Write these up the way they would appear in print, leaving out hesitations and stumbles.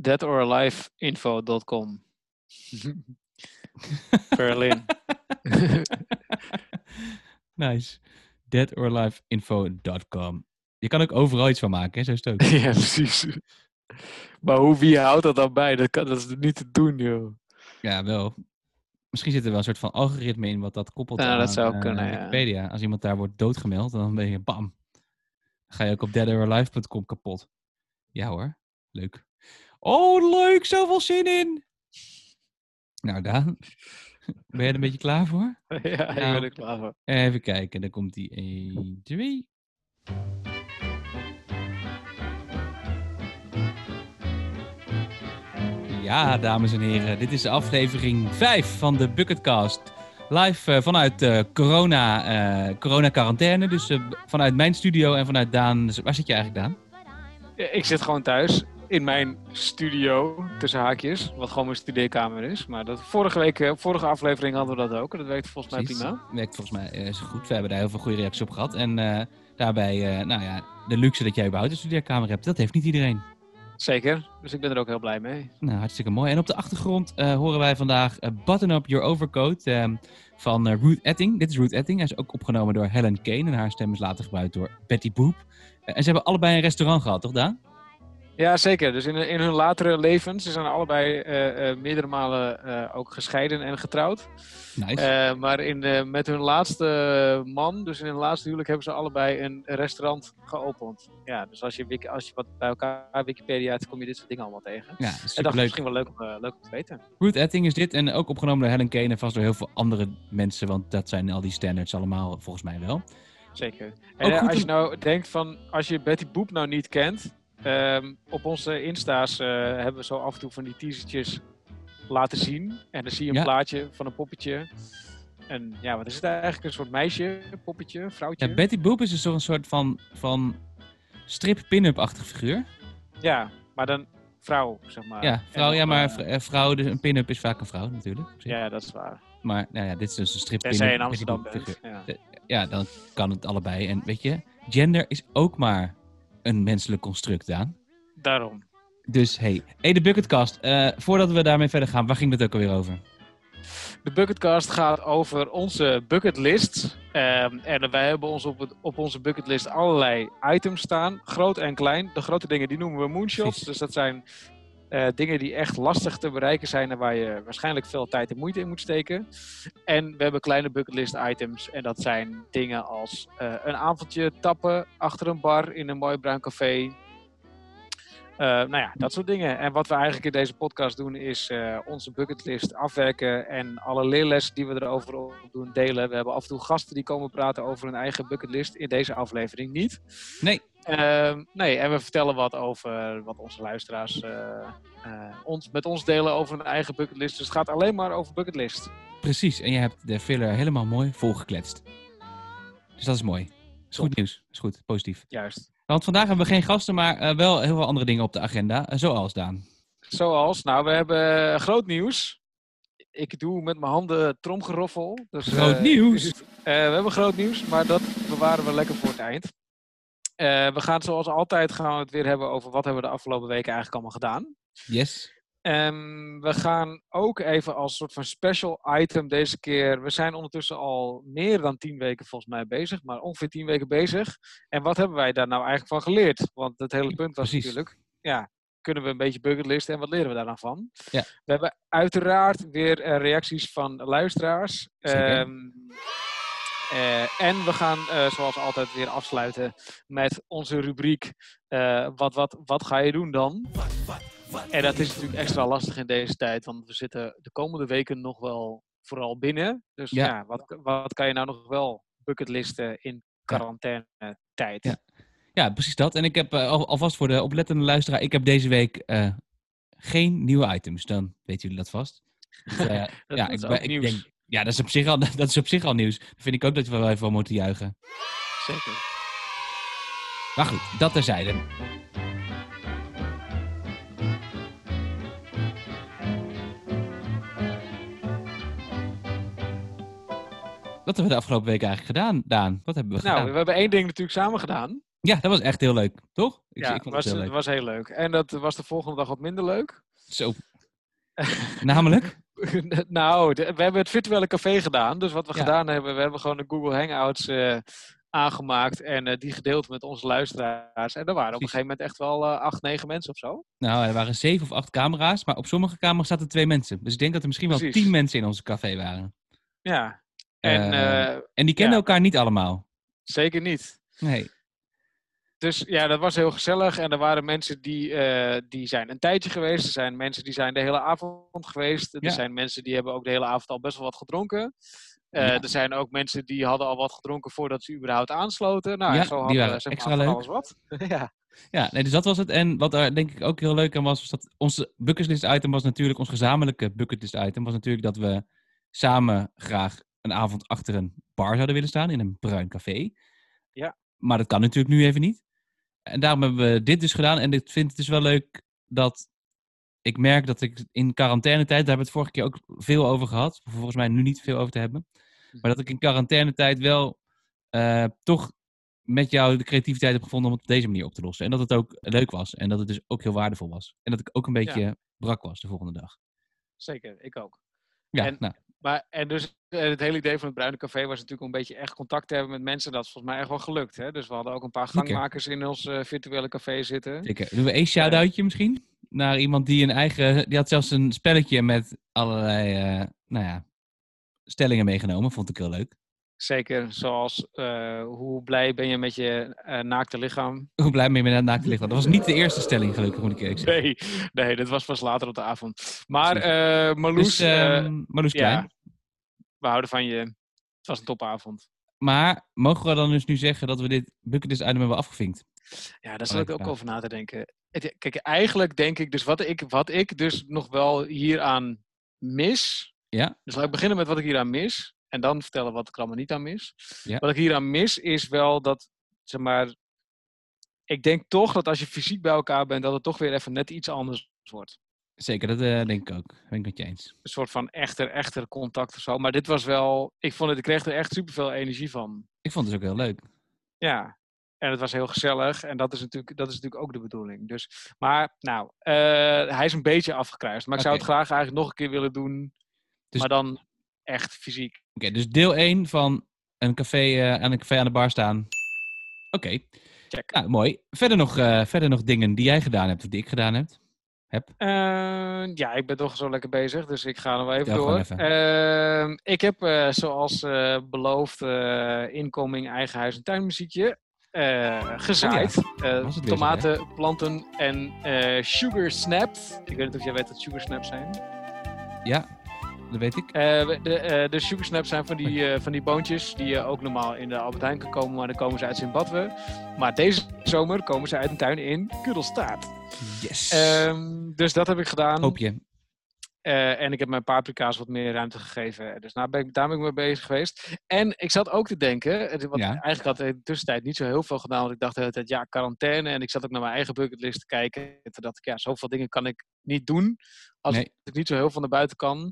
deadoraliveinfo.com. Berlin. Nice. deadoraliveinfo.com. Je kan ook overal iets van maken, hè? Zo is het ook. Ja, precies. Maar wie houdt dat dan bij? Dat is niet te doen, joh. Ja, wel. Misschien zit er wel een soort van algoritme in wat dat koppelt Nou, aan dat zou kunnen, Wikipedia. Ja. Als iemand daar wordt doodgemeld, dan ben je bam. Dan ga je ook op deadoralive.com kapot. Ja hoor, leuk. Oh, leuk! Zoveel zin in! Nou, Daan, ben je er een beetje klaar voor? Ja, ik ben er klaar voor. Even kijken, dan komt die 1, 2. Ja, dames en heren, dit is de aflevering 5 van de Bucketcast. Live vanuit corona-quarantaine, dus vanuit mijn studio en vanuit Daan. Waar zit je eigenlijk, Daan? Ik zit gewoon thuis in mijn studio, tussen haakjes, wat gewoon mijn studeerkamer is. Maar vorige aflevering hadden we dat ook en dat werkte volgens mij prima. Werkt volgens mij goed. We hebben daar heel veel goede reacties op gehad. En daarbij, de luxe dat jij überhaupt een studeerkamer hebt, dat heeft niet iedereen. Zeker, dus ik ben er ook heel blij mee. Nou, hartstikke mooi. En op de achtergrond horen wij vandaag Button Up Your Overcoat van Ruth Etting. Dit is Ruth Etting. Hij is ook opgenomen door Helen Kane en haar stem is later gebruikt door Betty Boop. En ze hebben allebei een restaurant gehad, toch Daan? Ja, zeker. Dus in hun latere levens, ze zijn allebei meerdere malen ook gescheiden en getrouwd. Nice. Maar met hun laatste man, dus in hun laatste huwelijk, hebben ze allebei een restaurant geopend. Ja, dus als je wat bij elkaar Wikipedia hebt, kom je dit soort dingen allemaal tegen. Ja, En dat is superleuk. misschien wel leuk om te weten. Ruth Etting is dit en ook opgenomen door Helen Kane en vast door heel veel andere mensen, want dat zijn al die standards allemaal volgens mij wel. Zeker. En als je nou denkt van, als je Betty Boop nou niet kent, op onze Insta's hebben we zo af en toe van die teasertjes laten zien. En dan zie je een plaatje van een poppetje. En ja, wat is het eigenlijk? Een soort meisje, poppetje, vrouwtje? Ja, Betty Boop is dus een soort van strip pin-up-achtig figuur. Ja, maar dan vrouw, zeg maar. Ja, vrouw, vrouw, dus een pin-up is vaak een vrouw natuurlijk. Ja, dat is waar. Maar nou ja, dit is dus een strip pin-up. Tenzij je in Amsterdam bent. Ja, dan kan het allebei. En weet je, gender is ook maar een menselijk construct, Daan. Daarom. Dus hey de Bucketcast. Voordat we daarmee verder gaan, waar ging het ook alweer over? De Bucketcast gaat over onze bucketlist. En wij hebben ons op onze bucketlist allerlei items staan. Groot en klein. De grote dingen die noemen we moonshots. Precies. Dus dat zijn dingen die echt lastig te bereiken zijn. En waar je waarschijnlijk veel tijd en moeite in moet steken. En we hebben kleine bucketlist items. En dat zijn dingen als een avondje tappen achter een bar in een mooi bruin café. Dat soort dingen. En wat we eigenlijk in deze podcast doen is onze bucketlist afwerken en alle leerlessen die we erover doen delen. We hebben af en toe gasten die komen praten over hun eigen bucketlist. In deze aflevering niet. Nee. En we vertellen wat over wat onze luisteraars met ons delen over hun eigen bucketlist. Dus het gaat alleen maar over bucketlist. Precies. En je hebt de filler helemaal mooi volgekletst. Dus dat is mooi. Dat is goed nieuws. Dat is goed. Positief. Juist. Want vandaag hebben we geen gasten, maar wel heel veel andere dingen op de agenda. Zoals, Daan. We hebben groot nieuws. Ik doe met mijn handen tromgeroffel. Dus, groot nieuws? We hebben groot nieuws, maar dat bewaren we lekker voor het eind. We gaan zoals altijd het weer hebben over wat hebben we de afgelopen weken eigenlijk allemaal gedaan. Yes. We gaan ook even als soort van special item deze keer. We zijn ondertussen al meer dan 10 weken volgens mij bezig, maar ongeveer 10 weken bezig. En wat hebben wij daar nou eigenlijk van geleerd? Want het hele punt was natuurlijk, kunnen we een beetje bucketlisten en wat leren we daar dan van? Ja. We hebben uiteraard weer reacties van luisteraars. En we gaan zoals altijd weer afsluiten met onze rubriek wat ga je doen dan? En dat is natuurlijk extra lastig in deze tijd, want we zitten de komende weken nog wel vooral binnen. Dus wat kan je nou nog wel bucketlisten in quarantaine-tijd? Ja, precies dat. En ik heb alvast voor de oplettende luisteraar, ik heb deze week geen nieuwe items. Dan weten jullie dat vast. Dat is ook nieuws. Dat is op zich al nieuws. Dan vind ik ook dat we wel even moeten juichen. Zeker. Maar goed, dat terzijde. Wat hebben we de afgelopen week eigenlijk gedaan, Daan? Wat hebben we gedaan? We hebben één ding natuurlijk samen gedaan. Ja, dat was echt heel leuk, toch? Ja, Ik vond het heel leuk. was heel leuk. En dat was de volgende dag wat minder leuk. Zo. Namelijk? Nou, we hebben het virtuele café gedaan. Dus wat we Ja. gedaan hebben, we hebben gewoon de Google Hangouts aangemaakt. En die gedeeld met onze luisteraars. En er waren op een Precies. gegeven moment echt wel 8, 9 mensen of zo. Nou, er waren 7 of 8 camera's, maar op sommige camera's zaten 2 mensen. Dus ik denk dat er misschien wel Precies. 10 mensen in onze café waren. Ja. En die kenden elkaar niet allemaal. Zeker niet. Nee. Dus ja, dat was heel gezellig. En er waren mensen die zijn een tijdje geweest. Er zijn mensen die zijn de hele avond geweest. Er zijn mensen die hebben ook de hele avond al best wel wat gedronken. Er zijn ook mensen die hadden al wat gedronken voordat ze überhaupt aansloten. Nou, zo die waren we zeg extra maar leuk. van alles wat. Ja. Ja, nee, dus dat was het. En wat er denk ik ook heel leuk aan was dat onze bucketlist item was natuurlijk, ons gezamenlijke bucketlist item was natuurlijk dat we samen graag een avond achter een bar zouden willen staan in een bruin café. Ja. Maar dat kan natuurlijk nu even niet. En daarom hebben we dit dus gedaan. En ik vind het dus wel leuk dat ik merk dat ik in quarantainetijd, daar hebben we het vorige keer ook veel over gehad, volgens mij nu niet veel over te hebben, maar dat ik in quarantainetijd wel toch met jou de creativiteit heb gevonden om het op deze manier op te lossen. En dat het ook leuk was. En dat het dus ook heel waardevol was. En dat ik ook een beetje brak was de volgende dag. Zeker, ik ook. Ja, En dus het hele idee van het Bruine Café was natuurlijk om een beetje echt contact te hebben met mensen. Dat is volgens mij echt wel gelukt. Hè? Dus we hadden ook een paar gangmakers in ons virtuele café zitten. Zeker. Doen we één shout-outje misschien? Naar iemand die die had zelfs een spelletje met allerlei stellingen meegenomen. Vond ik heel leuk. Zeker, zoals hoe blij ben je met je naakte lichaam? Hoe blij ben je met het naakte lichaam? Dat was niet de eerste stelling, gelukkig moet ik eerlijk zeggen. Nee, dat was pas later op de avond. Maar Marloes, Marloes Klein. We houden van je. Het was een topavond. Maar mogen we dan dus nu zeggen dat we dit bucketlist item hebben afgevinkt? Ja, daar zat ik ook over na te denken. Kijk, eigenlijk denk ik dus wat ik dus nog wel hieraan mis. Ja. Dus laat ik beginnen met wat ik hieraan mis. En dan vertellen wat ik er allemaal niet aan mis. Ja. Wat ik hieraan mis is wel dat, zeg maar, ik denk toch dat als je fysiek bij elkaar bent, dat het toch weer even net iets anders wordt. Zeker, dat denk ik ook. Ben ik met je eens. Een soort van echter contact of zo. Maar dit was wel, ik kreeg er echt superveel energie van. Ik vond het dus ook heel leuk. Ja, en het was heel gezellig. En dat is natuurlijk ook de bedoeling. Dus, maar, nou, hij is een beetje afgekruist. Maar ik zou het graag eigenlijk nog een keer willen doen. Dus, maar dan echt fysiek. Oké, dus deel 1 van een café aan de bar staan. Oké. Check. Nou, mooi. Verder nog dingen die jij gedaan hebt of die ik gedaan heb? Ja, ik ben toch zo lekker bezig, dus ik ga nog even Vertel door. Even. Ik heb zoals beloofd incoming eigen huis- en tuinmuziekje gezaaid. Tomaten, planten en sugar snaps. Ik weet niet of jij weet wat sugar snaps zijn. Ja, dat weet ik. De sugar snaps zijn van die boontjes die je ook normaal in de Albert Heijn kan komen, maar dan komen ze uit Zimbabwe. Maar deze zomer komen ze uit een tuin in Kudelstaart. Yes. Dus dat heb ik gedaan. Hoop je. En ik heb mijn paprika's wat meer ruimte gegeven. Dus daar ben ik mee bezig geweest. En ik zat ook te denken, eigenlijk had ik in de tussentijd niet zo heel veel gedaan. Want ik dacht de hele tijd, quarantaine. En ik zat ook naar mijn eigen bucketlist te kijken. En toen dacht ik, zoveel dingen kan ik niet doen. Als ik niet zo heel veel naar buiten kan.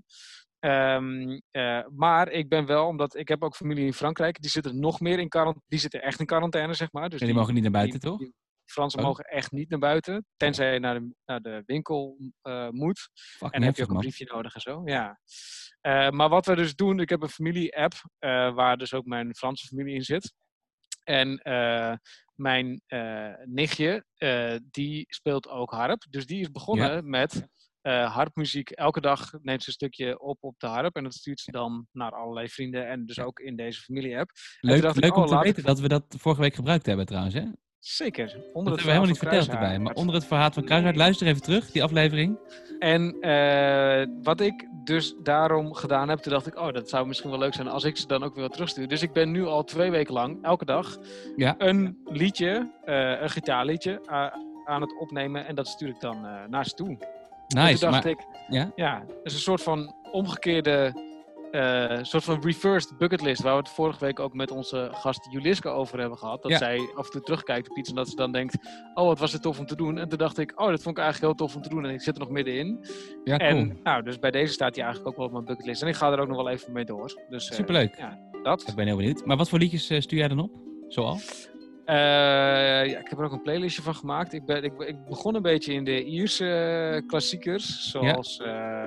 Maar ik ben wel, omdat ik heb ook familie in Frankrijk. Die zitten nog meer in quarantaine. Die zitten echt in quarantaine, zeg maar. Dus die mogen niet naar buiten, toch? Fransen mogen echt niet naar buiten, tenzij je naar de winkel moet. En dan heb je ook een briefje nodig en zo. Ja. Maar wat we dus doen, ik heb een familie-app waar dus ook mijn Franse familie in zit. En mijn nichtje, die speelt ook harp. Dus die is begonnen met harpmuziek. Elke dag neemt ze een stukje op de harp. En dat stuurt ze dan naar allerlei vrienden. En dus ook in deze familie-app. Leuk om te weten dat we dat vorige week gebruikt hebben trouwens, hè? Zeker. Dat hebben we helemaal niet verteld erbij. Maar onder het verhaal van Kruishaard, luister even terug, die aflevering. En wat ik dus daarom gedaan heb, toen dacht ik, dat zou misschien wel leuk zijn als ik ze dan ook weer terugstuur. Dus ik ben nu al 2 weken lang, elke dag, een liedje, een gitaarliedje aan het opnemen. En dat stuur ik dan naar ze toe. Nice. En toen dacht ik, dat is een soort van omgekeerde... soort van reversed bucketlist, waar we het vorige week ook met onze gast Juliska over hebben gehad. Dat zij af en toe terugkijkt op iets en dat ze dan denkt, wat was het tof om te doen. En toen dacht ik, dat vond ik eigenlijk heel tof om te doen en ik zit er nog middenin. Ja, cool. En nou, dus bij deze staat hij eigenlijk ook wel op mijn bucketlist. En ik ga er ook nog wel even mee door. Dus, superleuk. dat. Ik ben heel benieuwd. Maar wat voor liedjes stuur jij dan op? Zoal? Ja, ik heb er ook een playlistje van gemaakt. Ik begon een beetje in de Ierse klassiekers, zoals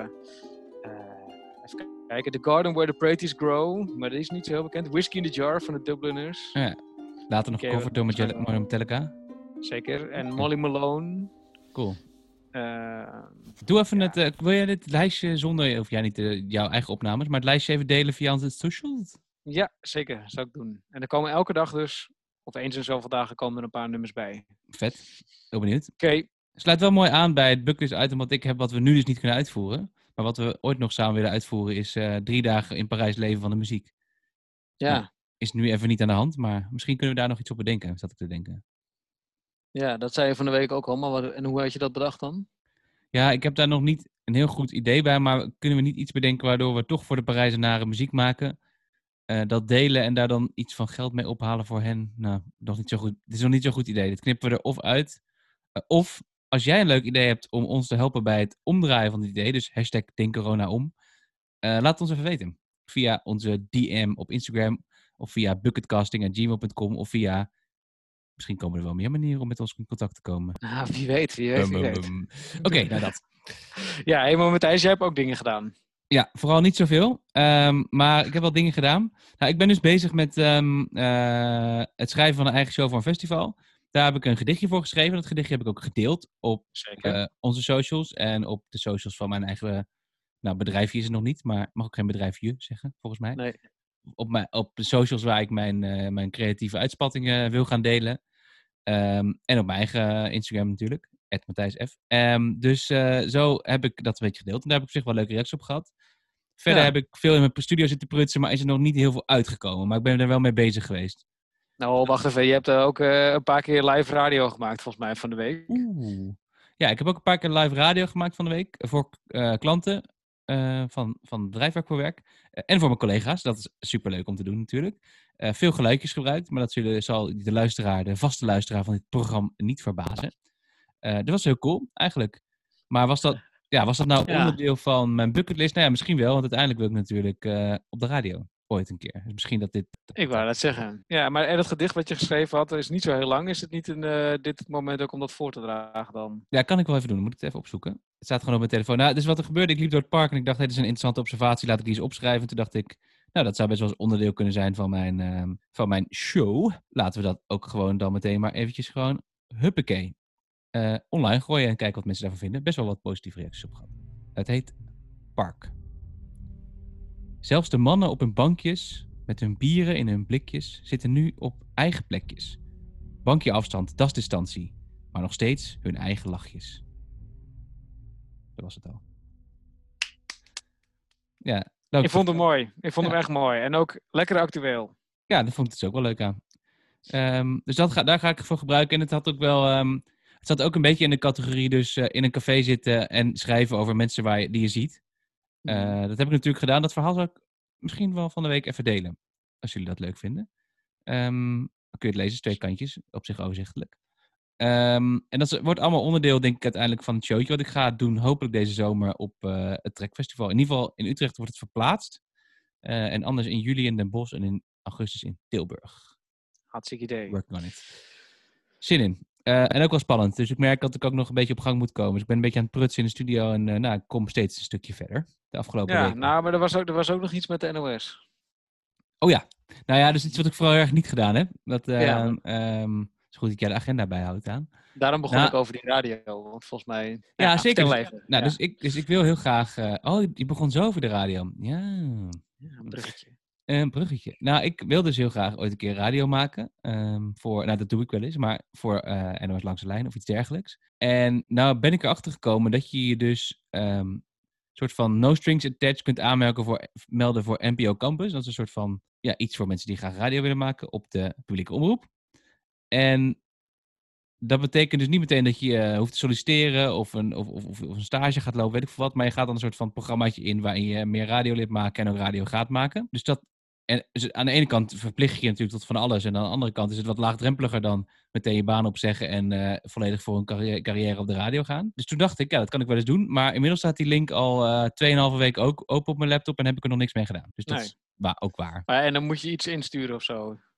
even kijken, The Garden Where the Praties Grow, maar die is niet zo heel bekend. Whiskey in the Jar van de Dubliners. Ja. Later nog Ken je gecoverd door waarschijnlijk wel. Metallica. Zeker. En Molly Malone. Cool. Eh, Doe even ja. wil jij dit lijstje zonder, of jij niet jouw eigen opnames, maar het lijstje even delen via onze socials? Ja, zeker. Zou ik doen. En er komen elke dag dus, of eens in zoveel dagen, komen er een paar nummers bij. Vet. Heel benieuwd. Oké. Sluit wel mooi aan bij het bucketlist item wat ik heb, wat we nu dus niet kunnen uitvoeren. Maar wat we ooit nog samen willen uitvoeren is 3 dagen in Parijs leven van de muziek. Ja. Nou, is nu even niet aan de hand, maar misschien kunnen we daar nog iets op bedenken, zat ik te denken. Ja, dat zei je van de week ook al, maar en hoe had je dat bedacht dan? Ja, ik heb daar nog niet een heel goed idee bij, maar kunnen we niet iets bedenken waardoor we toch voor de Parijzenaren muziek maken, dat delen en daar dan iets van geld mee ophalen voor hen? Nou, nog niet zo goed. Het is nog niet zo'n goed idee. Dit knippen we er of uit. Of als jij een leuk idee hebt om ons te helpen bij het omdraaien van dit idee, dus #DenkCoronaOm, laat het ons even weten. Via onze DM op Instagram of via bucketcasting@gmail.com of via... Misschien komen er wel meer manieren om met ons in contact te komen. Nou, wie weet, wie weet. Oké, nou dat. Ja, hey, maar Matthijs, jij hebt ook dingen gedaan. Ja, vooral niet zoveel. Maar ik heb wel dingen gedaan. Nou, ik ben dus bezig met het schrijven van een eigen show voor een festival. Daar heb ik een gedichtje voor geschreven. Dat gedichtje heb ik ook gedeeld op Zeker. onze socials en op de socials van mijn eigen... Nou, bedrijfje is het nog niet, maar ik mag ook geen bedrijfje zeggen, volgens mij. Nee. Op de socials waar ik mijn creatieve uitspattingen wil gaan delen. En op mijn eigen Instagram natuurlijk, @MatthijsF. Dus zo heb ik dat een beetje gedeeld. En daar heb ik op zich wel leuke reacties op gehad. Verder heb ik veel in mijn studio zitten prutsen, maar is er nog niet heel veel uitgekomen. Maar ik ben er wel mee bezig geweest. Nou, wacht even. Je hebt ook een paar keer live radio gemaakt, volgens mij, van de week. Oeh. Ja, ik heb ook een paar keer live radio gemaakt van de week. Voor klanten van het bedrijf waar ik voor werk. En voor mijn collega's. Dat is superleuk om te doen natuurlijk. Veel geluidjes gebruikt, maar dat zal de vaste luisteraar van dit programma niet verbazen. Dat was heel cool, eigenlijk. Maar was dat nou onderdeel van mijn bucketlist? Nou ja, misschien wel, want uiteindelijk wil ik natuurlijk op de radio ooit een keer. Dus misschien dat dit... Ik wou dat zeggen. Ja, maar dat gedicht wat je geschreven had, is niet zo heel lang. Is het niet dit het moment ook om dat voor te dragen dan? Ja, kan ik wel even doen. Dan moet ik het even opzoeken. Het staat gewoon op mijn telefoon. Nou, dus wat er gebeurde, ik liep door het park en ik dacht, dit is een interessante observatie. Laat ik die eens opschrijven. Toen dacht ik, nou, dat zou best wel eens onderdeel kunnen zijn van mijn show. Laten we dat ook gewoon dan meteen maar eventjes gewoon, huppakee, online gooien en kijken wat mensen daarvan vinden. Best wel wat positieve reacties op gehad. Het heet Park. Zelfs de mannen op hun bankjes, met hun bieren in hun blikjes, zitten nu op eigen plekjes. Bankje afstand, dasdistantie, maar nog steeds hun eigen lachjes. Dat was het al. Ja, Ik vond hem mooi. Ik vond hem echt mooi. En ook lekker actueel. Ja, dat vond ik dus ook wel leuk aan. Dus daar ga ik voor gebruiken. En het had ook wel... het zat ook een beetje in de categorie dus in een café zitten en schrijven over mensen die je ziet. Dat heb ik natuurlijk gedaan. Dat verhaal zal ik misschien wel van de week even delen. Als jullie dat leuk vinden. Dan kun je het lezen, 2 kantjes. Op zich overzichtelijk. En dat wordt allemaal onderdeel, denk ik, uiteindelijk van het showtje wat ik ga doen. Hopelijk deze zomer op het Trekfestival. In ieder geval in Utrecht wordt het verplaatst. En anders in juli in Den Bosch en in augustus in Tilburg. Hartstikke idee. Working on it. Zin in. En ook wel spannend. Dus ik merk dat ik ook nog een beetje op gang moet komen. Dus ik ben een beetje aan het prutsen in de studio. En ik kom steeds een stukje verder. De afgelopen weken. Nou, maar er was ook nog iets met de NOS. Oh ja. Nou ja, dus iets wat ik vooral erg niet gedaan heb. Dat is goed dat jij de agenda bijhoudt aan. Daarom begon ik over die radio. Want volgens mij... Ja, zeker. Even. Nou, dus ik wil heel graag... je begon zo over de radio. Ja, een bruggetje. Een bruggetje. Nou, ik wil dus heel graag ooit een keer radio maken. Dat doe ik wel eens, maar voor NOS Langs de Lijn of iets dergelijks. En nou ben ik erachter gekomen dat je dus soort van no strings attached kunt melden voor NPO Campus. Dat is een soort van iets voor mensen die graag radio willen maken op de publieke omroep. En dat betekent dus niet meteen dat je hoeft te solliciteren of een stage gaat lopen, weet ik veel wat. Maar je gaat dan een soort van programmaatje in waarin je meer radiolid maken en ook radio gaat maken. Dus aan de ene kant verplicht je natuurlijk tot van alles. En aan de andere kant is het wat laagdrempeliger dan meteen je baan opzeggen en volledig voor een carrière op de radio gaan. Dus toen dacht ik, dat kan ik wel eens doen. Maar inmiddels staat die link al 2,5 weken ook open op mijn laptop en heb ik er nog niks mee gedaan. Dus dat is ook waar. En dan moet je iets insturen of zo.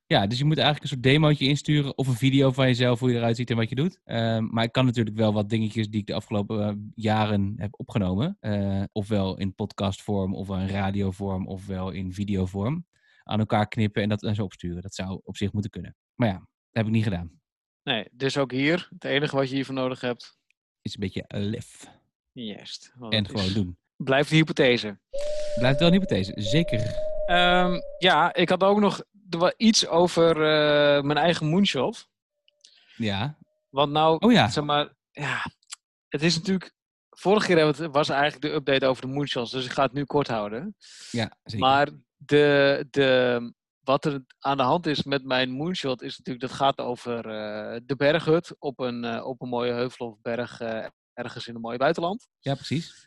Ja, dus je moet eigenlijk een soort demootje insturen of een video van jezelf, hoe je eruit ziet en wat je doet. Maar ik kan natuurlijk wel wat dingetjes die ik de afgelopen jaren heb opgenomen. Ofwel in podcastvorm, ofwel in radiovorm, ofwel in videovorm. Aan elkaar knippen en dat en zo opsturen. Dat zou op zich moeten kunnen. Maar ja, dat heb ik niet gedaan. Nee, dus ook hier, het enige wat je hiervoor nodig hebt, Is een beetje lef. juist. Want En dat gewoon doen. blijft een hypothese. Blijft wel een hypothese, zeker. Ja, ik had ook nog iets over mijn eigen moonshot. Ja. Want nou, Oh ja. zeg maar, ja, het is natuurlijk... Vorige keer was eigenlijk de update over de moonshots, dus ik ga het nu kort houden. Ja, zeker. Maar wat er aan de hand is met mijn moonshot is natuurlijk, dat gaat over de berghut op een mooie heuvel of berg ergens in een mooi buitenland. Ja, precies.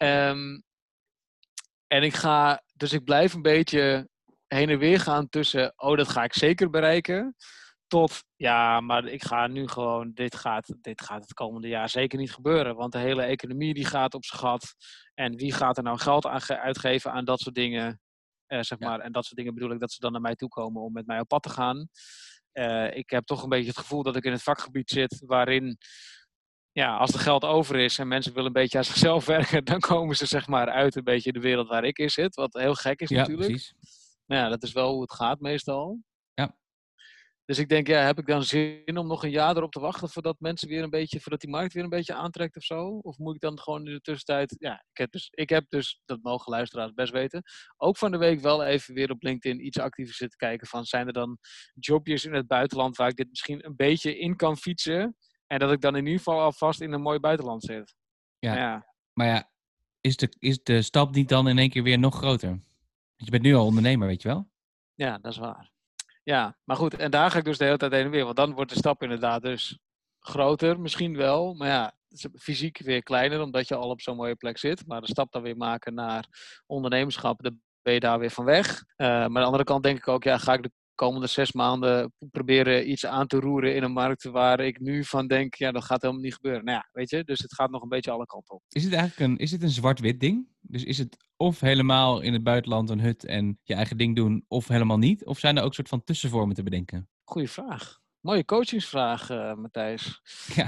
En ik blijf een beetje heen en weer gaan tussen, dat ga ik zeker bereiken, tot, ja, maar ik ga nu gewoon, dit gaat het komende jaar zeker niet gebeuren, want de hele economie die gaat op zijn gat. En wie gaat er nou geld uitgeven aan dat soort dingen, zeg maar. En dat soort dingen bedoel ik dat ze dan naar mij toe komen om met mij op pad te gaan. Ik heb toch een beetje het gevoel dat ik in het vakgebied zit waarin, ja, als er geld over is en mensen willen een beetje aan zichzelf werken, dan komen ze zeg maar uit een beetje de wereld waar ik in zit. Wat heel gek is natuurlijk. Precies. Maar ja, dat is wel hoe het gaat meestal. Ja. Dus ik denk, ja, heb ik dan zin om nog een jaar erop te wachten voordat die markt weer een beetje aantrekt of zo? Of moet ik dan gewoon in de tussentijd, ja, ik heb dus, dat mogen luisteraars best weten, ook van de week wel even weer op LinkedIn iets actiever zitten kijken van, zijn er dan jobjes in het buitenland waar ik dit misschien een beetje in kan fietsen? En dat ik dan in ieder geval alvast in een mooi buitenland zit. Ja. Maar ja, is de stap niet dan in één keer weer nog groter? Want je bent nu al ondernemer, weet je wel? Ja, dat is waar. Ja, maar goed, en daar ga ik dus de hele tijd heen en weer. Want dan wordt de stap inderdaad dus groter, misschien wel. Maar ja, het is fysiek weer kleiner, omdat je al op zo'n mooie plek zit. Maar de stap dan weer maken naar ondernemerschap, dan ben je daar weer van weg. Maar aan de andere kant denk ik ook, ja, ga ik de komende 6 maanden proberen iets aan te roeren in een markt waar ik nu van denk, ja, dat gaat helemaal niet gebeuren. Nou ja, weet je, dus het gaat nog een beetje alle kanten op. Is dit een zwart-wit ding? Dus is het of helemaal in het buitenland een hut en je eigen ding doen, of helemaal niet? Of zijn er ook soort van tussenvormen te bedenken? Goeie vraag. Mooie coachingsvraag, Matthijs. Ja.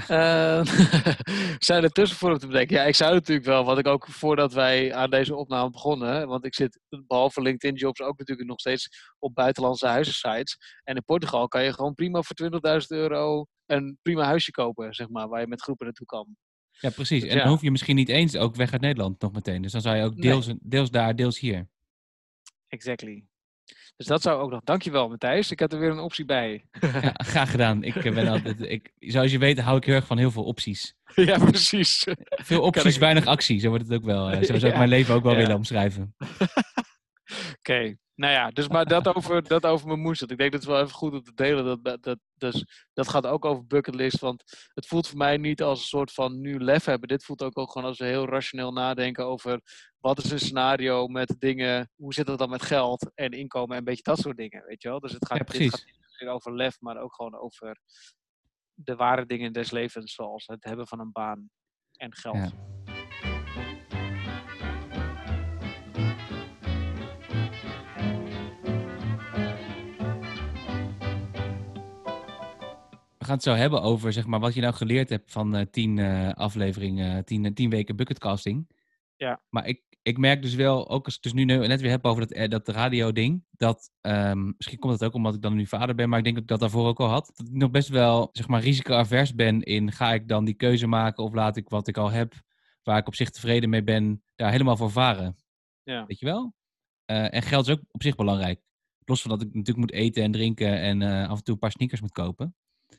Zijn er tussenvormen te bedenken? Ja, ik zou natuurlijk wel, wat ik ook voordat wij aan deze opname begonnen, want ik zit behalve LinkedIn jobs ook natuurlijk nog steeds op buitenlandse huizensites. En in Portugal kan je gewoon prima voor €20.000 een prima huisje kopen, zeg maar, waar je met groepen naartoe kan. Ja, precies. Dus En dan hoef je misschien niet eens ook weg uit Nederland nog meteen. Dus dan zou je ook deels daar, deels hier. Exactly. Dus dat zou ook nog. Dankjewel, Matthijs. Ik heb er weer een optie bij. Ja, graag gedaan. Zoals je weet hou ik heel erg van heel veel opties. Ja, precies. Veel opties, weinig actie. Zo wordt het ook wel. Zo zou ik mijn leven ook wel willen omschrijven. Oké. Nou ja, dus maar dat over mijn moesten. Ik denk dat het wel even goed om te delen. Dat gaat ook over bucketlist. Want het voelt voor mij niet als een soort van nu lef hebben. Dit voelt ook gewoon als we heel rationeel nadenken over wat is een scenario met dingen. Hoe zit het dan met geld en inkomen en een beetje dat soort dingen. Weet je wel? Dus dit gaat niet zozeer over lef, maar ook gewoon over de ware dingen des levens. Zoals het hebben van een baan en geld. Ja. We gaan het zo hebben over zeg maar, wat je nou geleerd hebt van 10 afleveringen, 10 weken bucketcasting. Ja. Maar ik merk dus wel, ook als ik dus nu net weer heb over dat radio-ding, dat misschien komt dat ook omdat ik dan nu vader ben, maar ik denk dat ik dat daarvoor ook al had. Dat ik nog best wel zeg maar risico-avers ben in, ga ik dan die keuze maken of laat ik wat ik al heb, waar ik op zich tevreden mee ben, daar helemaal voor varen. Ja. Weet je wel? En geld is ook op zich belangrijk. Los van dat ik natuurlijk moet eten en drinken en af en toe een paar sneakers moet kopen.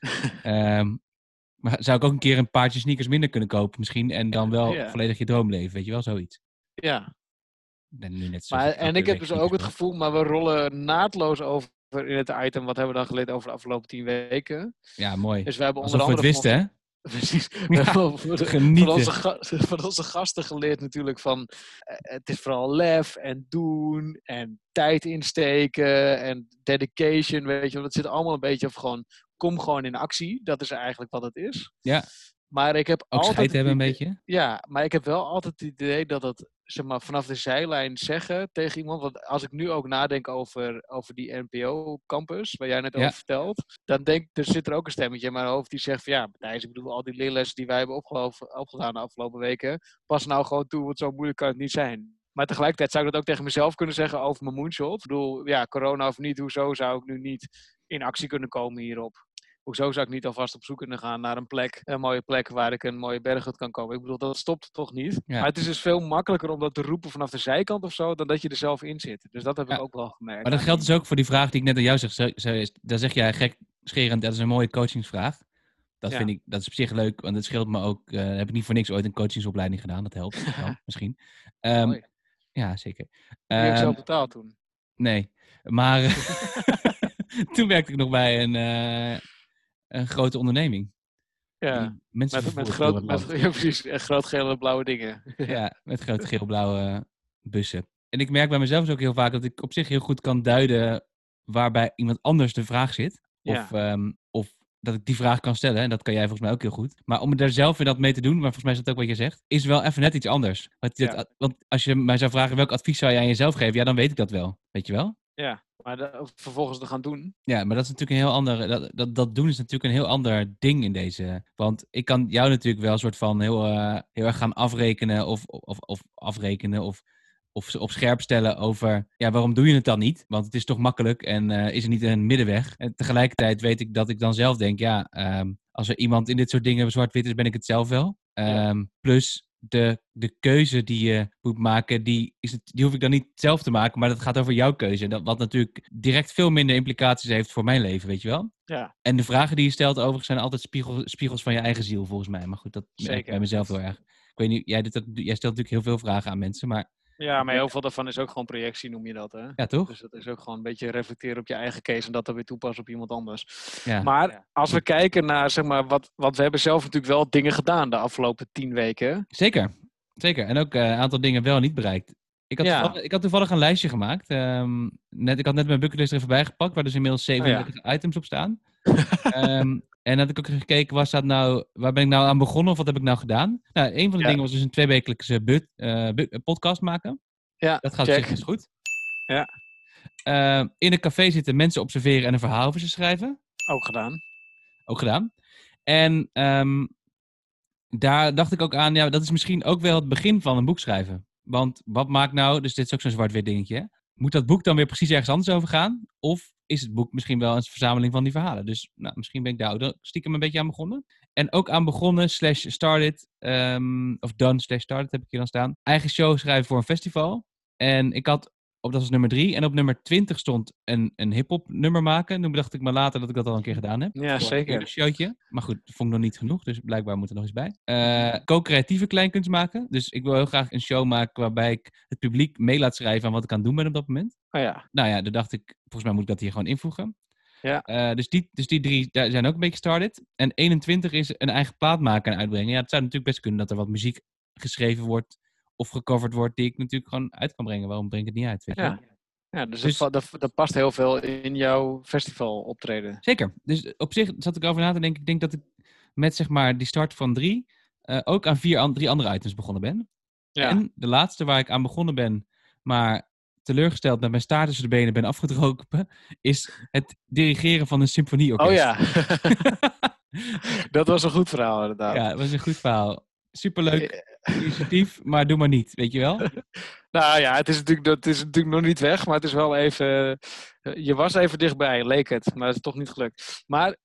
Maar zou ik ook een keer een paardje sneakers minder kunnen kopen misschien en dan wel volledig je droom leven, weet je wel, zoiets. Ja. Nu net en ik heb dus ook het gevoel, maar we rollen naadloos over in het item, wat hebben we dan geleerd over de afgelopen 10 weken. Ja, mooi. Dus we hebben onder andere we het wisten, hè? Precies. Ja, van onze gasten geleerd natuurlijk van het is vooral lef en doen en tijd insteken en dedication, weet je wel. Dat zit allemaal een beetje of gewoon, kom gewoon in actie. Dat is eigenlijk wat het is. Ja. Maar ik heb Ook altijd scheid hebben een idee- beetje. Ja, maar ik heb wel altijd het idee dat het, zeg maar, vanaf de zijlijn zeggen tegen iemand. Want als ik nu ook nadenk over die NPO-campus, waar jij net Ja. over vertelt, dan zit er ook een stemmetje in mijn hoofd die zegt van ja, Matthijs, ik bedoel, al die leerlessen die wij hebben opgedaan de afgelopen weken, pas nou gewoon toe, want zo moeilijk kan het niet zijn. Maar tegelijkertijd zou ik dat ook tegen mezelf kunnen zeggen over mijn moonshot. Ik bedoel, ja, corona of niet, hoezo zou ik nu niet in actie kunnen komen hierop? Hoezo zou ik niet alvast op zoek kunnen gaan naar een mooie plek waar ik een mooie berghut kan komen? Ik bedoel, dat stopt toch niet? Ja. Maar het is dus veel makkelijker om dat te roepen vanaf de zijkant of zo, dan dat je er zelf in zit. Dus dat heb ik Ja. ook wel gemerkt. Maar dat geldt dus ook voor die vraag die ik net aan jou zeg. Daar zeg jij gekscherend, dat is een mooie coachingsvraag. Dat Ja. vind ik, dat is op zich leuk, want het scheelt me ook. Heb ik niet voor niks ooit een coachingsopleiding gedaan. Dat helpt dan, misschien. Mooi. Ja, zeker. Die heb ik zelf betaald toen. Nee, maar toen werkte ik nog bij een grote onderneming. Ja, Die mensen met vervoert groot, door het land. ja, precies, echt groot gele blauwe dingen. Ja, met grote geel-blauwe bussen. En ik merk bij mezelf dus ook heel vaak dat ik op zich heel goed kan duiden waarbij iemand anders de vraag zit. Ja. Of dat ik die vraag kan stellen. En dat kan jij volgens mij ook heel goed. Maar om daar zelf weer dat mee te doen, maar volgens mij is dat ook wat je zegt, is wel even net iets anders. Want als je mij zou vragen welk advies zou je aan jezelf geven, ja, dan weet ik dat wel. Weet je wel? Ja, maar vervolgens te gaan doen. Ja, maar dat is natuurlijk een heel ander. Dat doen is natuurlijk een heel ander ding in deze. Want ik kan jou natuurlijk wel een soort van heel erg gaan afrekenen of afrekenen of op scherp stellen over, ja, waarom doe je het dan niet? Want het is toch makkelijk en is er niet een middenweg? En tegelijkertijd weet ik dat ik dan zelf denk, ja, als er iemand in dit soort dingen zwart-wit is, ben ik het zelf wel. Plus de keuze die je moet maken, die hoef ik dan niet zelf te maken, maar dat gaat over jouw keuze. Wat natuurlijk direct veel minder implicaties heeft voor mijn leven, weet je wel? Ja. En de vragen die je stelt overigens zijn altijd spiegels van je eigen ziel, volgens mij. Maar goed, dat merk ik bij mezelf heel erg. Ik weet niet, jij stelt natuurlijk heel veel vragen aan mensen, maar... Ja, maar heel veel daarvan is ook gewoon projectie, noem je dat, hè? Ja, toch? Dus dat is ook gewoon een beetje reflecteren op je eigen case en dat dan weer toepassen op iemand anders. Ja. Maar als we kijken naar, zeg maar, wat we hebben zelf natuurlijk wel dingen gedaan de afgelopen 10 weken. Zeker. En ook een aantal dingen wel niet bereikt. Ik had toevallig een lijstje gemaakt. Ik had net mijn bucketlist er even bij gepakt, waar dus inmiddels 37 items op staan. En had ik ook gekeken, waar ben ik nou aan begonnen of wat heb ik nou gedaan? Nou, een van de dingen was dus een 2-wekelijkse podcast maken. Ja, dat gaat zeker goed. Ja. In een café zitten, mensen observeren en een verhaal over ze schrijven. Ook gedaan. En daar dacht ik ook aan, ja, dat is misschien ook wel het begin van een boek schrijven. Want wat maakt nou, dus dit is ook zo'n zwart-wit dingetje, hè? Moet dat boek dan weer precies ergens anders over gaan? Of is het boek misschien wel een verzameling van die verhalen? Dus misschien ben ik daar ook stiekem een beetje aan begonnen. En ook aan begonnen, /started, of done/started heb ik hier dan staan. Eigen show schrijven voor een festival. En ik had, dat was nummer 3. En op nummer 20 stond een hip-hop nummer maken. Toen bedacht ik me later dat ik dat al een keer gedaan heb. Ja, zeker. Een showtje. Maar goed, dat vond ik nog niet genoeg. Dus blijkbaar moet er nog eens bij. Co-creatieve kleinkunst maken. Dus ik wil heel graag een show maken waarbij ik het publiek mee laat schrijven aan wat ik aan het doen ben op dat moment. Oh ja. Nou ja, dan dacht ik, volgens mij moet ik dat hier gewoon invoegen. Ja. Dus die 3 daar zijn ook een beetje started. En 21 is een eigen plaat maken en uitbrengen. Ja, het zou natuurlijk best kunnen dat er wat muziek geschreven wordt of gecoverd wordt die ik natuurlijk gewoon uit kan brengen. Waarom breng ik het niet uit? Weet je wel? Ja, dus dat past heel veel in jouw festival optreden. Zeker. Dus op zich zat ik over na te denken. Ik denk dat ik met zeg maar die start van 3 ook aan 3 andere items begonnen ben. Ja. En de laatste waar ik aan begonnen ben, maar teleurgesteld met mijn staart tussen de benen ben afgedropen, is het dirigeren van een symfonieorkest. Oh ja. Dat was een goed verhaal inderdaad. Ja, dat was een goed verhaal. Superleuk initiatief, maar doe maar niet, weet je wel? Nou ja, het is natuurlijk nog niet weg, maar het is wel even... Je was even dichtbij, leek het, maar het is toch niet gelukt. Maar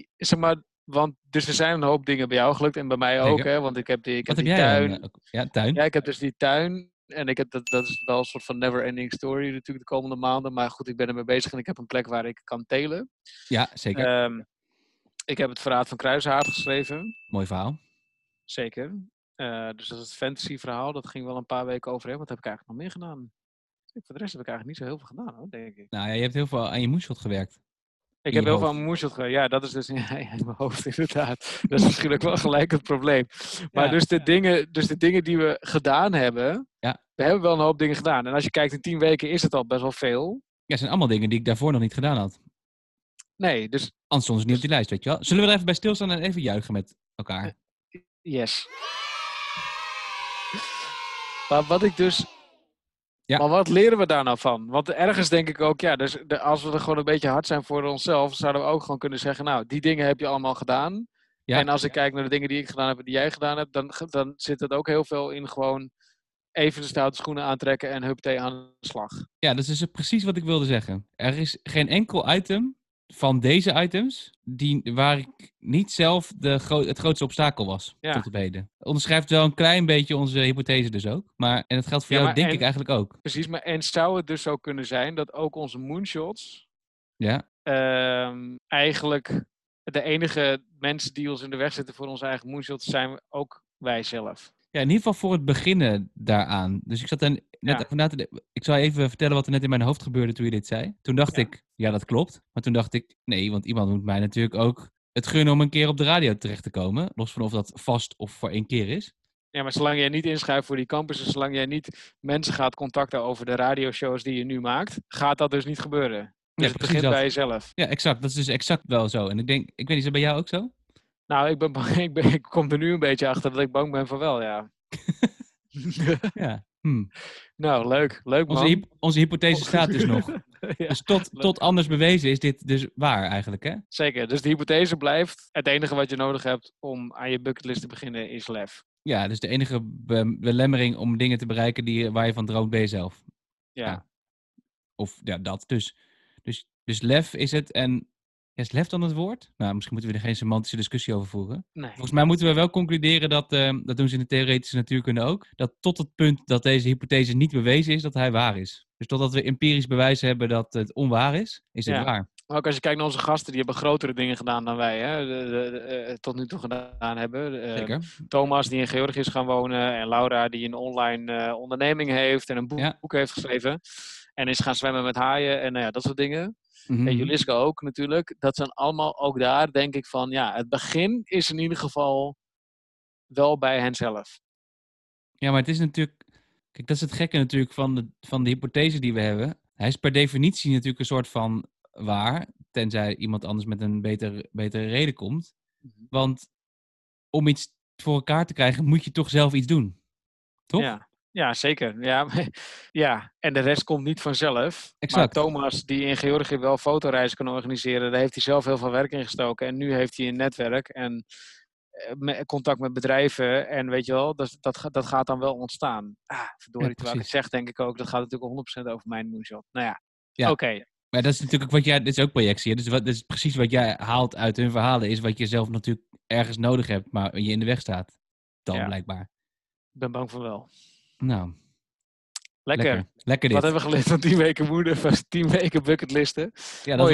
dus er zijn een hoop dingen bij jou gelukt en bij mij ook, hè? Want ik heb die tuin. Tuin? Ja, ik heb dus die tuin. En ik heb dat is wel een soort van never-ending story natuurlijk de komende maanden. Maar goed, ik ben ermee bezig en ik heb een plek waar ik kan telen. Ja, zeker. Ik heb het Verraad van Kruishaard geschreven. Mooi verhaal. Zeker. Dus dat is het fantasy verhaal. Dat ging wel een paar weken overheen. Wat heb ik eigenlijk nog meer gedaan? Voor de rest heb ik eigenlijk niet zo heel veel gedaan, hoor, denk ik. Nou ja, je hebt heel veel aan je moonshot gewerkt. Ik heb heel veel aan mijn moonshot gewerkt. Ja, dat is dus in mijn hoofd inderdaad. Dat is misschien ook wel gelijk het probleem. Maar ja. Dus de dingen die we gedaan hebben... Ja. We hebben wel een hoop dingen gedaan. En als je kijkt in 10 weken is het al best wel veel. Ja, het zijn allemaal dingen die ik daarvoor nog niet gedaan had. Nee, dus... Anders stond het niet op die lijst, weet je wel. Zullen we er even bij stilstaan en even juichen met elkaar? Yes. Maar wat ik dus... Ja. Maar wat leren we daar nou van? Want ergens denk ik ook, dus als we er gewoon een beetje hard zijn voor onszelf, zouden we ook gewoon kunnen zeggen, nou, die dingen heb je allemaal gedaan. Ja. En als ik kijk naar de dingen die ik gedaan heb en die jij gedaan hebt, dan zit het ook heel veel in gewoon even de stoute schoenen aantrekken en huppatee aan de slag. Ja, dat is precies wat ik wilde zeggen. Er is geen enkel item van deze items waar ik niet zelf het grootste obstakel was tot op heden. Onderschrijft wel een klein beetje onze hypothese dus ook. En dat geldt voor jou denk ik eigenlijk ook. Precies, maar en zou het dus zo kunnen zijn dat ook onze moonshots eigenlijk de enige mensen die ons in de weg zitten voor onze eigen moonshots zijn ook wij zelf. Ja, in ieder geval voor het beginnen daaraan. Dus ik zat er net even na te denken. Ik zal even vertellen wat er net in mijn hoofd gebeurde toen je dit zei. Toen dacht ik, ja, dat klopt. Maar toen dacht ik, nee, want iemand moet mij natuurlijk ook het gunnen om een keer op de radio terecht te komen. Los van of dat vast of voor 1 keer is. Ja, maar zolang jij niet inschrijft voor die campussen, zolang jij niet mensen gaat contacten over de radioshows die je nu maakt, gaat dat dus niet gebeuren. Dus het begint bij jezelf. Ja, exact. Dat is dus exact wel zo. En ik denk, ik weet niet, is dat bij jou ook zo? Nou, ik kom er nu een beetje achter dat ik bang ben voor wel, ja. Ja. Nou, leuk man. Onze hypothese staat dus nog. Ja, dus tot anders bewezen is dit dus waar eigenlijk, hè? Zeker. Dus de hypothese blijft. Het enige wat je nodig hebt om aan je bucketlist te beginnen is lef. Ja, dus de enige belemmering om dingen te bereiken waar je van droomt ben je zelf. Ja. Of ja, dat. Dus lef is het. En is lef dan het woord? Nou, misschien moeten we er geen semantische discussie over voeren. Nee. Volgens mij moeten we wel concluderen dat doen ze in de theoretische natuurkunde ook, dat tot het punt dat deze hypothese niet bewezen is, dat hij waar is. Dus totdat we empirisch bewijs hebben dat het onwaar is het waar. Maar ook als je kijkt naar onze gasten, die hebben grotere dingen gedaan dan wij, hè, tot nu toe gedaan hebben. Zeker. Thomas, die in Georgië is gaan wonen, en Laura, die een online onderneming heeft en een boek heeft geschreven. En is gaan zwemmen met haaien en dat soort dingen. En Juliska ook natuurlijk. Dat zijn allemaal ook daar, denk ik van, het begin is in ieder geval wel bij henzelf. Ja, maar het is natuurlijk... Kijk, dat is het gekke natuurlijk van de hypothese die we hebben. Hij is per definitie natuurlijk een soort van waar, tenzij iemand anders met een betere reden komt. Want om iets voor elkaar te krijgen, moet je toch zelf iets doen. Toch? Ja, zeker. Ja, en de rest komt niet vanzelf. Exact. Maar Thomas, die in Georgië wel fotoreizen kan organiseren, daar heeft hij zelf heel veel werk in gestoken. En nu heeft hij een netwerk en contact met bedrijven. En weet je wel, dat gaat dan wel ontstaan. Verdorie, terwijl ik het zeg, denk ik ook, dat gaat natuurlijk 100% over mijn moonshot. Nou ja. Oké. Maar dat is natuurlijk ook dit is ook projectie. Hè? Dus dat is precies wat jij haalt uit hun verhalen, is wat je zelf natuurlijk ergens nodig hebt, maar je in de weg staat. Dan blijkbaar. Ik ben bang voor wel. Nou. Lekker dit. Wat hebben we geleerd van 10 weken moeder, van 10 weken bucketlisten? Ja, dat we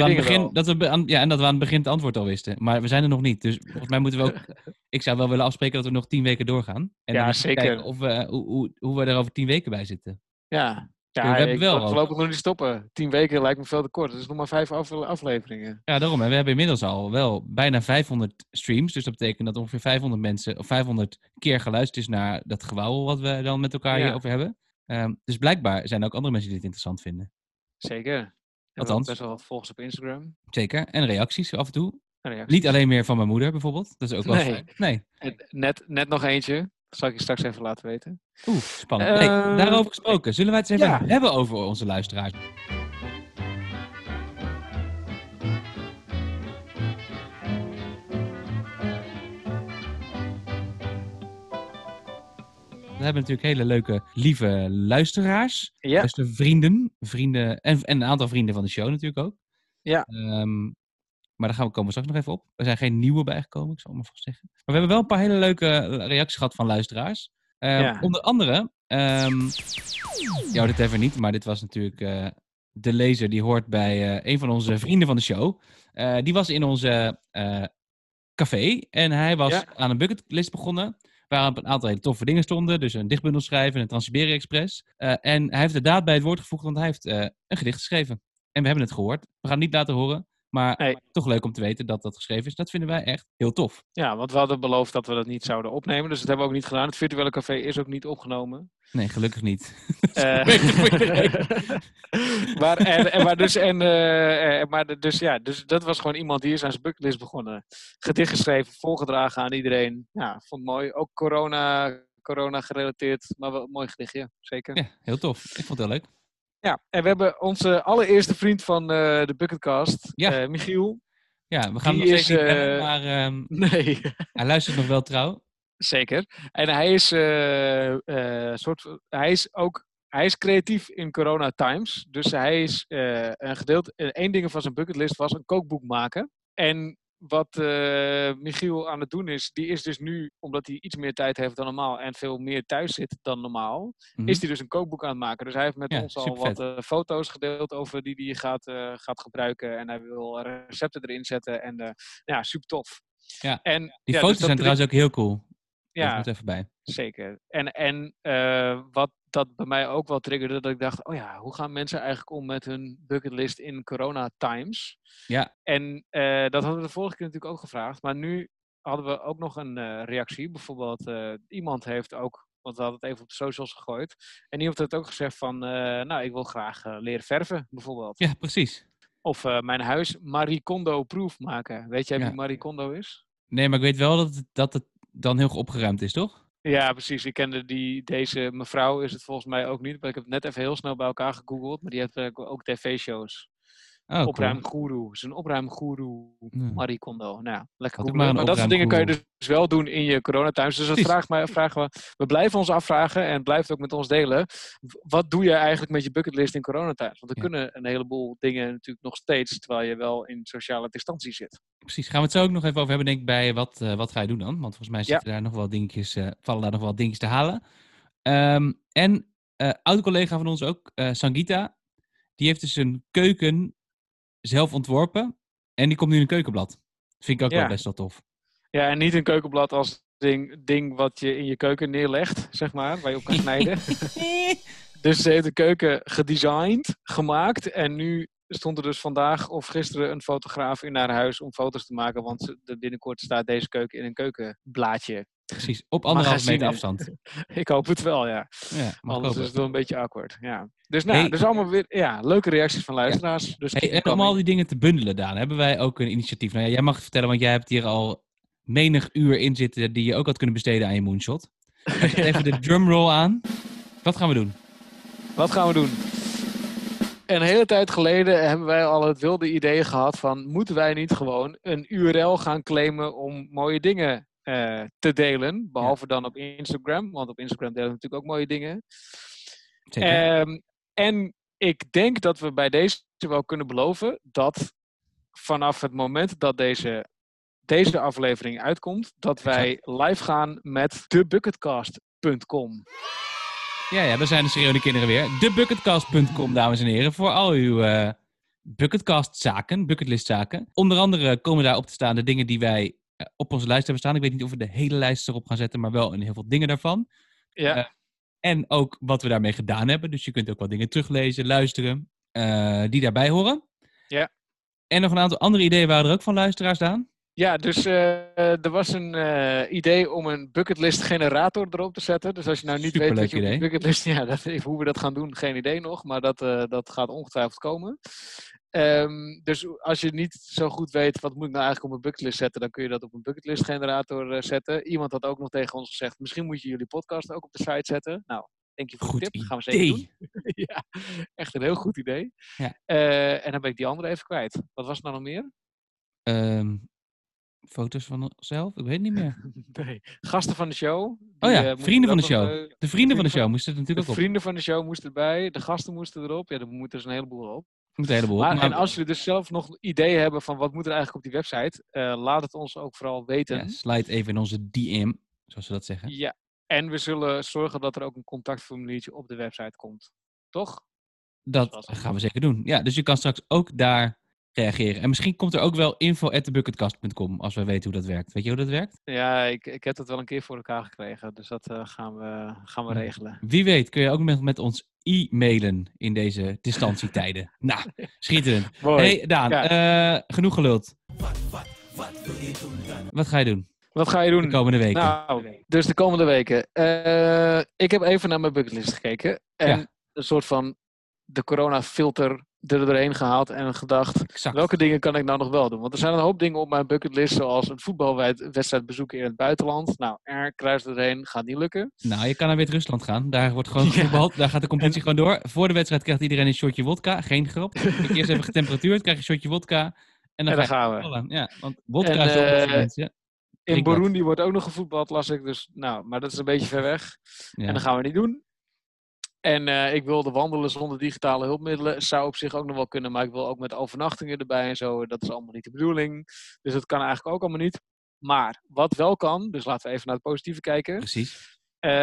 aan het begin het antwoord al wisten. Maar we zijn er nog niet. Dus volgens mij moeten we ook... Ik zou wel willen afspreken dat we nog 10 weken doorgaan. En dan zeker. Kijken of hoe we er over 10 weken bij zitten. Ja, we hebben wel voorlopig nog niet stoppen. 10 weken lijkt me veel te kort. Dat is nog maar 5 afleveringen. Ja, daarom. En we hebben inmiddels al wel bijna 500 streams. Dus dat betekent dat ongeveer 500 mensen of 500 keer geluisterd is naar dat gewauwel wat we dan met elkaar hierover hebben. Dus blijkbaar zijn er ook andere mensen die dit interessant vinden. Zeker. Althans. Best wel wat volgers op Instagram. Zeker. En reacties af en toe. Niet alleen meer van mijn moeder bijvoorbeeld. Dat is ook wel fijn. Nee. Net nog eentje. Dat zal ik je straks even laten weten. Spannend. Daarover gesproken. Zullen wij het eens even hebben over onze luisteraars? We hebben natuurlijk hele leuke, lieve luisteraars. Ja. Vrienden en een aantal vrienden van de show natuurlijk ook. Ja. Maar daar komen we straks nog even op. Er zijn geen nieuwe bijgekomen, ik zal het maar vast zeggen. Maar we hebben wel een paar hele leuke reacties gehad van luisteraars. Onder andere... dit even niet, maar dit was natuurlijk de lezer die hoort bij een van onze vrienden van de show. Die was in onze café en hij was aan een bucketlist begonnen. Waar een aantal hele toffe dingen stonden. Dus een dichtbundel schrijven en een Transsiberië Express. En hij heeft de daad bij het woord gevoegd, want hij heeft een gedicht geschreven. En we hebben het gehoord. We gaan het niet laten horen. Maar Nee. toch leuk om te weten dat dat geschreven is. Dat vinden wij echt heel tof. Ja, want we hadden beloofd dat we dat niet zouden opnemen. Dus dat hebben we ook niet gedaan. Het virtuele café is ook niet opgenomen. Nee, gelukkig niet. Dus dat was gewoon iemand die is aan zijn bucketlist begonnen. Gedicht geschreven, voorgedragen aan iedereen. Ja, vond het mooi. Ook corona gerelateerd, maar wel een mooi gedichtje, zeker. Ja, heel tof. Ik vond het heel leuk. Ja, en we hebben onze allereerste vriend van de Bucketcast, Ja. Michiel. Ja, we gaan Die hem nog steeds is, niet bellen, maar Nee. hij luistert nog wel trouw. Zeker. En hij is hij is creatief in corona times. Dus hij is één ding van zijn bucketlist was een kookboek maken. En wat Michiel aan het doen is, die is dus nu, omdat hij iets meer tijd heeft dan normaal en veel meer thuis zit dan normaal, is hij dus een kookboek aan het maken. Dus hij heeft met ons al wat foto's gedeeld over die hij gaat gebruiken. En hij wil recepten erin zetten. En ja, super tof. Ja, en, die ja, foto's dus zijn trouwens ook heel cool. Dat Ja, moet even bij. zeker. En wat dat bij mij ook wel triggerde, dat ik dacht, oh ja, hoe gaan mensen eigenlijk om met hun bucketlist in corona times? Ja. En dat hadden we de vorige keer natuurlijk ook gevraagd, maar nu hadden we ook nog een reactie. Bijvoorbeeld, iemand heeft ook, want we hadden het even op de socials gegooid, en iemand heeft ook gezegd van, nou, ik wil graag leren verven, bijvoorbeeld. Ja, precies. Of mijn huis Marie Kondo-proof maken. Weet jij wie Marie Kondo is? Nee, maar ik weet wel dat het dan heel opgeruimd is, toch? Ja, precies. Ik kende deze mevrouw, is het volgens mij ook niet. Maar ik heb het net even heel snel bij elkaar gegoogeld. Maar die heeft ook tv-shows. Oh, Opruimgoeroe. Ze is een opruimgoeroe. Marie Kondo. Nou ja, lekker Had ik googlen. Maar dat soort dingen kan je opruimgoeroe. dus wel doen in je coronatimes. Dus dat vragen we. We blijven ons afvragen en blijf het ook met ons delen. Wat doe je eigenlijk met je bucketlist in coronatimes? Want er kunnen een heleboel dingen natuurlijk nog steeds, terwijl je wel in sociale distantie zit. Precies. Gaan we het zo ook nog even over hebben, denk ik, bij wat ga je doen dan? Want volgens mij zitten daar nog wel dingetjes, vallen daar nog wel dingetjes te halen. En oud-collega van ons ook, Sangita, die heeft dus een keuken zelf ontworpen. En die komt nu in een keukenblad. Vind ik ook wel best wel tof. Ja, en niet een keukenblad als ding wat je in je keuken neerlegt, zeg maar, waar je op kan snijden. Dus ze heeft de keuken gedesigned, gemaakt. En nu stond er dus vandaag of gisteren een fotograaf in haar huis om foto's te maken. Want binnenkort staat deze keuken in een keukenblaadje. Precies, op 1,5 meter afstand. Ik hoop het wel, ja. Anders is het wel een beetje awkward. Ja. Dus nou, dus allemaal weer leuke reacties van luisteraars. Ja. Dus en om al die dingen te bundelen, Daan, hebben wij ook een initiatief. Nou ja, jij mag het vertellen, want jij hebt hier al menig uur in zitten die je ook had kunnen besteden aan je moonshot. Even de drumroll aan. Wat gaan we doen? Wat gaan we doen? Een hele tijd geleden hebben wij al het wilde idee gehad van, moeten wij niet gewoon een URL gaan claimen om mooie dingen te delen? Behalve dan op Instagram, want op Instagram delen we natuurlijk ook mooie dingen. Zeker. En ik denk dat we bij deze wel kunnen beloven dat vanaf het moment dat deze aflevering uitkomt, dat wij live gaan met thebucketcast.com. Ja, daar zijn de schreeuwende kinderen weer. Thebucketcast.com, dames en heren, voor al uw bucketcast-zaken, bucketlist-zaken. Onder andere komen daar op te staan de dingen die wij op onze lijst hebben staan. Ik weet niet of we de hele lijst erop gaan zetten, maar wel in heel veel dingen daarvan. Ja. En ook wat we daarmee gedaan hebben. Dus je kunt ook wat dingen teruglezen, luisteren, die daarbij horen. Ja. En nog een aantal andere ideeën waren er ook van luisteraars, Daan. Ja, dus er was een idee om een bucketlist generator erop te zetten. Dus als je nou niet weet wat je op je bucketlist... Ja, hoe we dat gaan doen, geen idee nog. Maar dat gaat ongetwijfeld komen. Dus als je niet zo goed weet wat moet ik nou eigenlijk op een bucketlist zetten, dan kun je dat op een bucketlist generator zetten. Iemand had ook nog tegen ons gezegd, misschien moet je jullie podcast ook op de site zetten. Nou, denk je voor een tip? Dat gaan we zeker doen. Ja, echt een heel goed idee. Ja. En dan ben ik die andere even kwijt. Wat was er nou nog meer? Foto's van onszelf? Ik weet het niet meer. Nee. Gasten van de show. Vrienden van de show. De vrienden van de show moesten er natuurlijk ook op. De vrienden van de show moesten erbij. De gasten moesten erop. Ja, er moet dus een heleboel op. Een heleboel op. En als jullie dus zelf nog ideeën hebben van wat moet er eigenlijk op die website, laat het ons ook vooral weten. Ja, slide even in onze DM, zoals we dat zeggen. Ja, en we zullen zorgen dat er ook een contactformuliertje op de website komt. Toch? Dat gaan we zeker doen. Ja, dus je kan straks ook daar reageren. En misschien komt er ook wel info@thebucketcast.com als we weten hoe dat werkt. Weet je hoe dat werkt? Ja, ik heb dat wel een keer voor elkaar gekregen. Dus dat gaan we regelen. Wie weet kun je ook met ons e-mailen in deze distantietijden. Nou, schitterend. Mooi. Hey Daan, Ja. genoeg geluld. Wat ga je doen Wat ga je doen? de komende weken? Nou, dus de komende weken. Ik heb even naar mijn bucketlist gekeken. En Ja. een soort van de corona-filter er doorheen gehaald. En gedacht, Exact. welke dingen kan ik nou nog wel doen? Want er zijn een hoop dingen op mijn bucketlist. Zoals een voetbalwedstrijd bezoeken in het buitenland. Nou, kruis erheen, gaat niet lukken. Nou, je kan naar Wit-Rusland gaan. Daar wordt gewoon Ja. gevoetbald. Daar gaat de competitie gewoon door. Voor de wedstrijd krijgt iedereen een shotje wodka. Geen grap. Dan moet je eerst even getemperatuurd. Krijg je een shotje wodka. En dan En ga daar je gaan we. voetballen. Ja, want wodka En, is wel goed voor mensen. In Drink dat. Burundi wordt ook nog gevoetbald, las ik. Dus, nou, maar dat is een beetje ver weg. Ja. En dat gaan we niet doen. En ik wilde wandelen zonder digitale hulpmiddelen. Zou op zich ook nog wel kunnen, maar ik wil ook met overnachtingen erbij en zo. Dat is allemaal niet de bedoeling. Dus dat kan eigenlijk ook allemaal niet. Maar wat wel kan, dus laten we even naar het positieve kijken. Precies.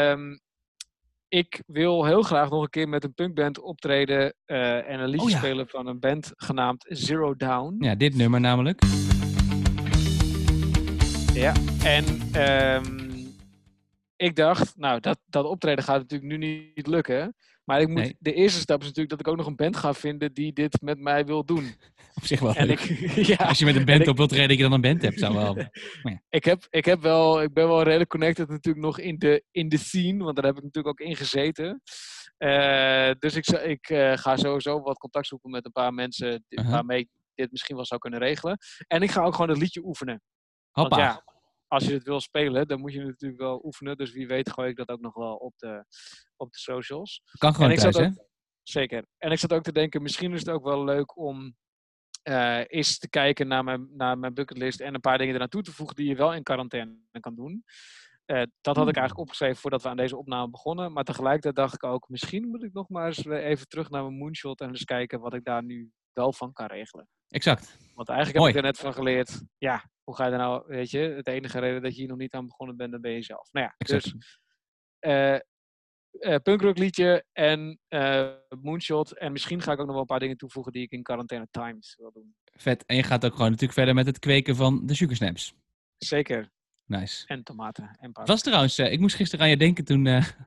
Ik wil heel graag nog een keer met een punkband optreden en een liedje Oh ja. spelen van een band genaamd Zero Down. Ja, dit nummer namelijk. Ja, en ik dacht, nou, dat optreden gaat natuurlijk nu niet lukken. Maar Nee. de eerste stap is natuurlijk dat ik ook nog een band ga vinden die dit met mij wil doen. Op zich wel En leuk. ja, Als je met een band op wilt treden, dat je dan een band hebt, zou wel. ik ben wel redelijk connected natuurlijk nog in de scene, want daar heb ik natuurlijk ook in gezeten. Dus ik ga sowieso wat contact zoeken met een paar mensen waarmee ik dit misschien wel zou kunnen regelen. En ik ga ook gewoon het liedje oefenen. Hoppa. Want ja, als je het wil spelen, dan moet je natuurlijk wel oefenen. Dus wie weet gooi ik dat ook nog wel op de socials. Kan gewoon En ik thuis, zat hè? ook, zeker. En ik zat ook te denken, misschien is het ook wel leuk om eens te kijken naar mijn bucketlist en een paar dingen ernaartoe te voegen die je wel in quarantaine kan doen. Dat had ik eigenlijk opgeschreven voordat we aan deze opname begonnen. Maar tegelijkertijd dacht ik ook, misschien moet ik nog maar eens weer even terug naar mijn moonshot en eens kijken wat ik daar nu wel van kan regelen. Exact. Want eigenlijk Mooi. heb ik er net van geleerd, ja, hoe ga je er nou, weet je, het enige reden dat je hier nog niet aan begonnen bent, dan ben je zelf. Nou ja, Exact. dus punkrockliedje en moonshot. En misschien ga ik ook nog wel een paar dingen toevoegen die ik in Quarantaine Times wil doen. Vet. En je gaat ook gewoon natuurlijk verder met het kweken van de sugarsnaps. Zeker. Nice. En tomaten en paprika. Was trouwens, ik moest gisteren aan je denken toen...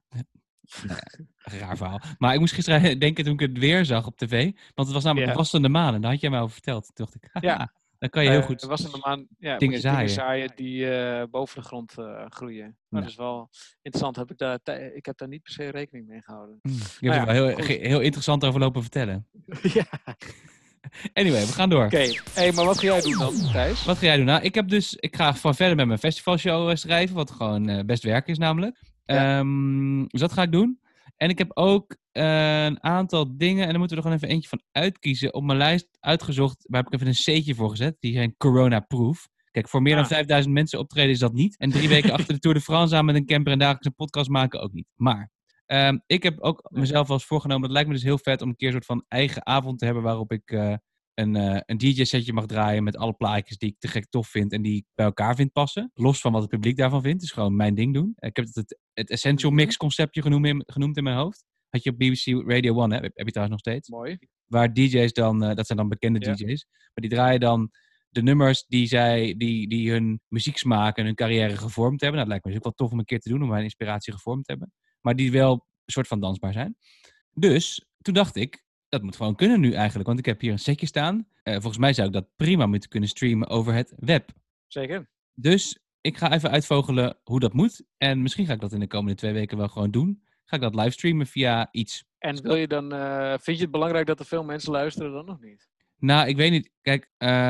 raar verhaal. Maar ik moest gisteren aan je denken toen ik het weer zag op tv. Want het was namelijk de wassende maan. En daar had jij mij over verteld. Toen dacht ik, haha, dan kan je heel goed wassende maan, ja, dingen moet je dingen zaaien. zaaien die boven de grond groeien. Ja. Dat is wel interessant. Ik heb daar niet per se rekening mee gehouden. Je hebt er wel heel interessant over lopen vertellen. Ja. Anyway, we gaan door. Oké. Hey, maar wat ga jij doen dan, Thijs? Wat ga jij doen? Nou, ik ga van verder met mijn festivalshow schrijven. Wat gewoon best werk is namelijk. Ja. Dus dat ga ik doen. En ik heb ook een aantal dingen, en daar moeten we er gewoon even eentje van uitkiezen, op mijn lijst uitgezocht. Waar heb ik even een C'tje voor gezet. Die zijn corona-proof. Kijk, voor meer dan 5000 mensen optreden is dat niet. En 3 weken achter de Tour de France aan met een camper en dagelijks een podcast maken ook niet. Maar ik heb ook mezelf wel eens voorgenomen, dat lijkt me dus heel vet om een keer een soort van eigen avond te hebben waarop ik een DJ-setje mag draaien met alle plaatjes die ik te gek tof vind en die ik bij elkaar vind passen. Los van wat het publiek daarvan vindt. Dus gewoon mijn ding doen. Ik heb het Essential Mix conceptje genoemd in mijn hoofd. Had je op BBC Radio 1, hè? Heb je trouwens nog steeds. Mooi. Waar DJ's dan, dat zijn dan bekende DJ's, maar die draaien dan de nummers die hun muzieksmaak en hun carrière gevormd hebben. Nou, dat lijkt me dus ook wel tof om een keer te doen, om mijn inspiratie gevormd te hebben. Maar die wel een soort van dansbaar zijn. Dus toen dacht ik, dat moet gewoon kunnen nu eigenlijk. Want ik heb hier een setje staan. Volgens mij zou ik dat prima moeten kunnen streamen over het web. Zeker. Dus ik ga even uitvogelen hoe dat moet. En misschien ga ik dat in de komende 2 weken wel gewoon doen. Ga ik dat livestreamen via iets. En wil je dan, vind je het belangrijk dat er veel mensen luisteren dan nog niet? Nou, ik weet niet. Kijk,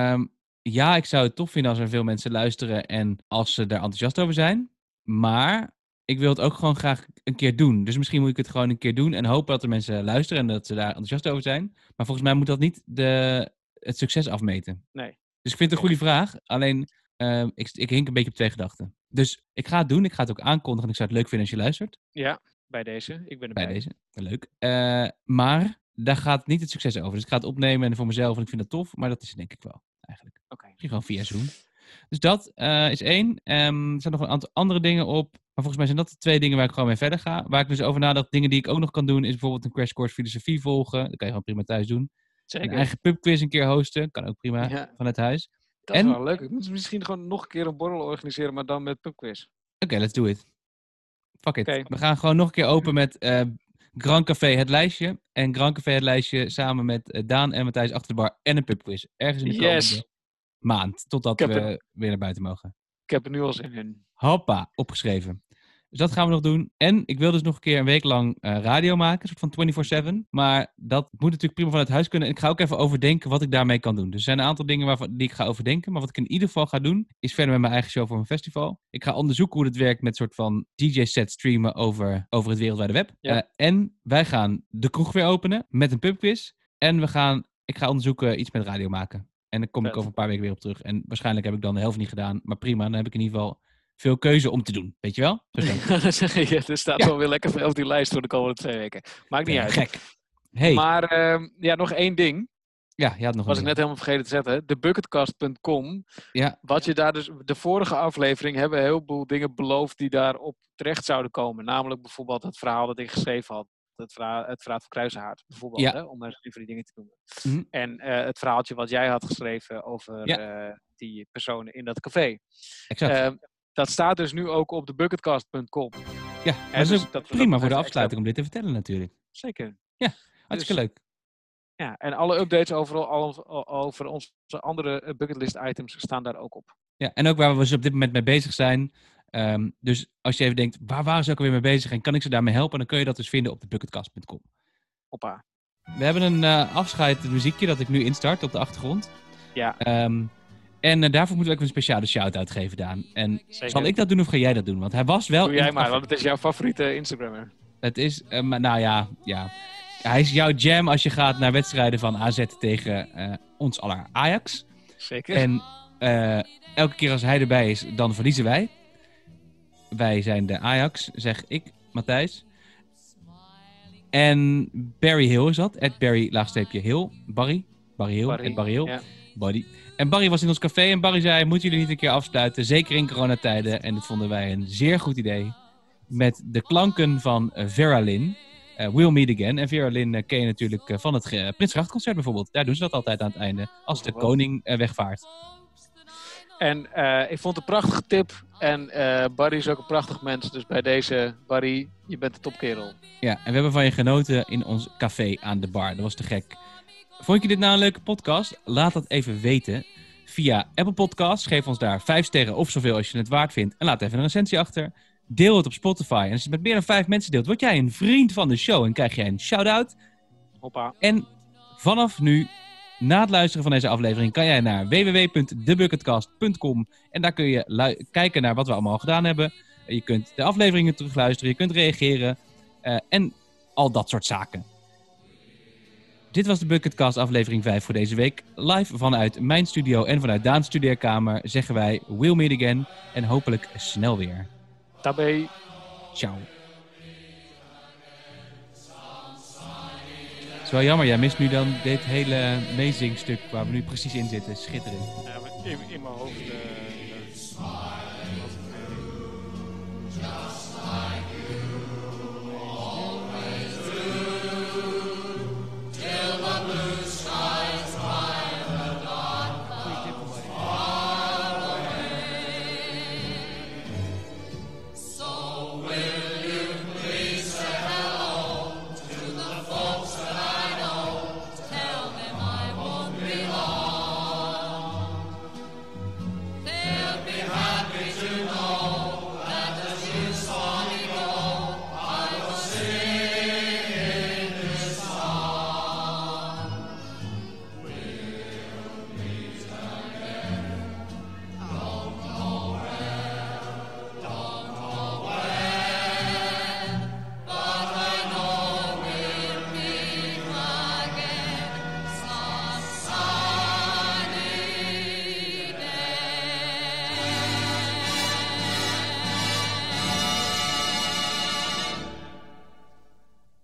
ja, ik zou het tof vinden als er veel mensen luisteren en als ze er enthousiast over zijn. Maar ik wil het ook gewoon graag een keer doen. Dus misschien moet ik het gewoon een keer doen en hopen dat er mensen luisteren en dat ze daar enthousiast over zijn. Maar volgens mij moet dat niet het succes afmeten. Nee. Dus ik vind het een goede vraag. Alleen, ik hink een beetje op 2 gedachten. Dus ik ga het doen. Ik ga het ook aankondigen. Ik zou het leuk vinden als je luistert. Ja, bij deze. Ik ben erbij. Bij deze. Leuk. Maar daar gaat niet het succes over. Dus ik ga het opnemen en voor mezelf en ik vind dat tof. Maar dat is het denk ik wel, eigenlijk. Oké. Misschien gewoon via Zoom. Dus dat is 1. Er staan nog een aantal andere dingen op. Maar volgens mij zijn dat de 2 dingen waar ik gewoon mee verder ga. Waar ik dus over nadacht, dingen die ik ook nog kan doen, is bijvoorbeeld een crash course filosofie volgen. Dat kan je gewoon prima thuis doen. Zeker. Een eigen pubquiz een keer hosten. Kan ook prima vanuit huis. Dat is wel leuk. Ik moet misschien gewoon nog een keer een borrel organiseren, maar dan met pubquiz. Oké, let's do it. Fuck it. Okay. We gaan gewoon nog een keer open met Grand Café Het Lijstje. En Grand Café Het Lijstje samen met Daan en Matthijs achter de bar en een pubquiz. Ergens in de komende maand. Totdat we weer naar buiten mogen. Ik heb er nu al zin in. Hoppa, opgeschreven. Dus dat gaan we nog doen. En ik wil dus nog een keer een week lang radio maken. Een soort van 24/7. Maar dat moet natuurlijk prima vanuit huis kunnen. En ik ga ook even overdenken wat ik daarmee kan doen. Dus er zijn een aantal dingen die ik ga overdenken. Maar wat ik in ieder geval ga doen, is verder met mijn eigen show voor een festival. Ik ga onderzoeken hoe het werkt met een soort van DJ-set streamen over het wereldwijde web. Ja. En wij gaan de kroeg weer openen met een pubquiz. En ik ga onderzoeken iets met radio maken. En dan kom ik over een paar weken weer op terug. En waarschijnlijk heb ik dan de helft niet gedaan. Maar prima, dan heb ik in ieder geval veel keuze om te doen. Weet je wel? Dan zeg je, er staat wel weer lekker veel op die lijst voor de komende 2 weken. Maakt niet uit. Gek. Hey. Maar nog 1 ding. Ja, je had nog was ik net helemaal vergeten te zetten. Thebucketcast.com. Ja. Wat je daar dus... De vorige aflevering hebben een heleboel dingen beloofd die daarop terecht zouden komen. Namelijk bijvoorbeeld het verhaal dat ik geschreven had. Het verhaal van Kruisenhaard, bijvoorbeeld. Ja. Hè, om maar eens even die dingen te noemen. Mm-hmm. En het verhaaltje wat jij had geschreven over die personen in dat café. Exact. Dat staat dus nu ook op thebucketcast.com. Ja, dat is ook prima voor de afsluiting om dit te vertellen natuurlijk. Zeker. Ja, hartstikke leuk. Ja, en alle updates over onze andere bucketlist items staan daar ook op. Ja, en ook waar we dus op dit moment mee bezig zijn. Dus als je even denkt, waar waren ze ook alweer mee bezig en kan ik ze daarmee helpen? Dan kun je dat dus vinden op thebucketcast.com. Hoppa. We hebben een afscheidsmuziekje dat ik nu instart op de achtergrond. Ja. En daarvoor moeten we ook een speciale shout-out geven, Daan. En Zeker. Zal ik dat doen of ga jij dat doen? Want hij was wel... Doe jij maar, want het is jouw favoriete Instagrammer. Het is, nou ja. Hij is jouw jam als je gaat naar wedstrijden van AZ tegen ons aller Ajax. Zeker. En elke keer als hij erbij is, dan verliezen wij. Wij zijn de Ajax, zeg ik, Matthijs. En Barry Hill is dat. @Barry_Hill. Barry Hill. Barry Hill. Ja. Body. En Barry was in ons café en Barry zei, moeten jullie niet een keer afsluiten? Zeker in coronatijden. En dat vonden wij een zeer goed idee. Met de klanken van Vera Lynn. We'll Meet Again. En Vera Lynn ken je natuurlijk van het Prinsgrachtconcert bijvoorbeeld. Daar doen ze dat altijd aan het einde. Als de koning wegvaart. En ik vond het een prachtige tip. En Barry is ook een prachtig mens. Dus bij deze, Barry, je bent de topkerel. Ja, en we hebben van je genoten in ons café aan de bar. Dat was te gek. Vond je dit nou een leuke podcast? Laat dat even weten via Apple Podcasts. Geef ons daar 5 sterren of zoveel als je het waard vindt. En laat even een recensie achter. Deel het op Spotify. En als je het met meer dan 5 mensen deelt, word jij een vriend van de show en krijg jij een shout-out. Hoppa. En vanaf nu, na het luisteren van deze aflevering, kan jij naar www.thebucketcast.com. En daar kun je kijken naar wat we allemaal gedaan hebben. Je kunt de afleveringen terugluisteren, je kunt reageren en al dat soort zaken. Dit was de Bucketcast aflevering 5 voor deze week. Live vanuit mijn studio en vanuit Daan's studeerkamer zeggen wij we'll meet again en hopelijk snel weer. Tabé. Ciao. Het is wel jammer, jij mist nu dan dit hele meezingstuk waar we nu precies in zitten. Schitterend. Ja, in mijn hoofd...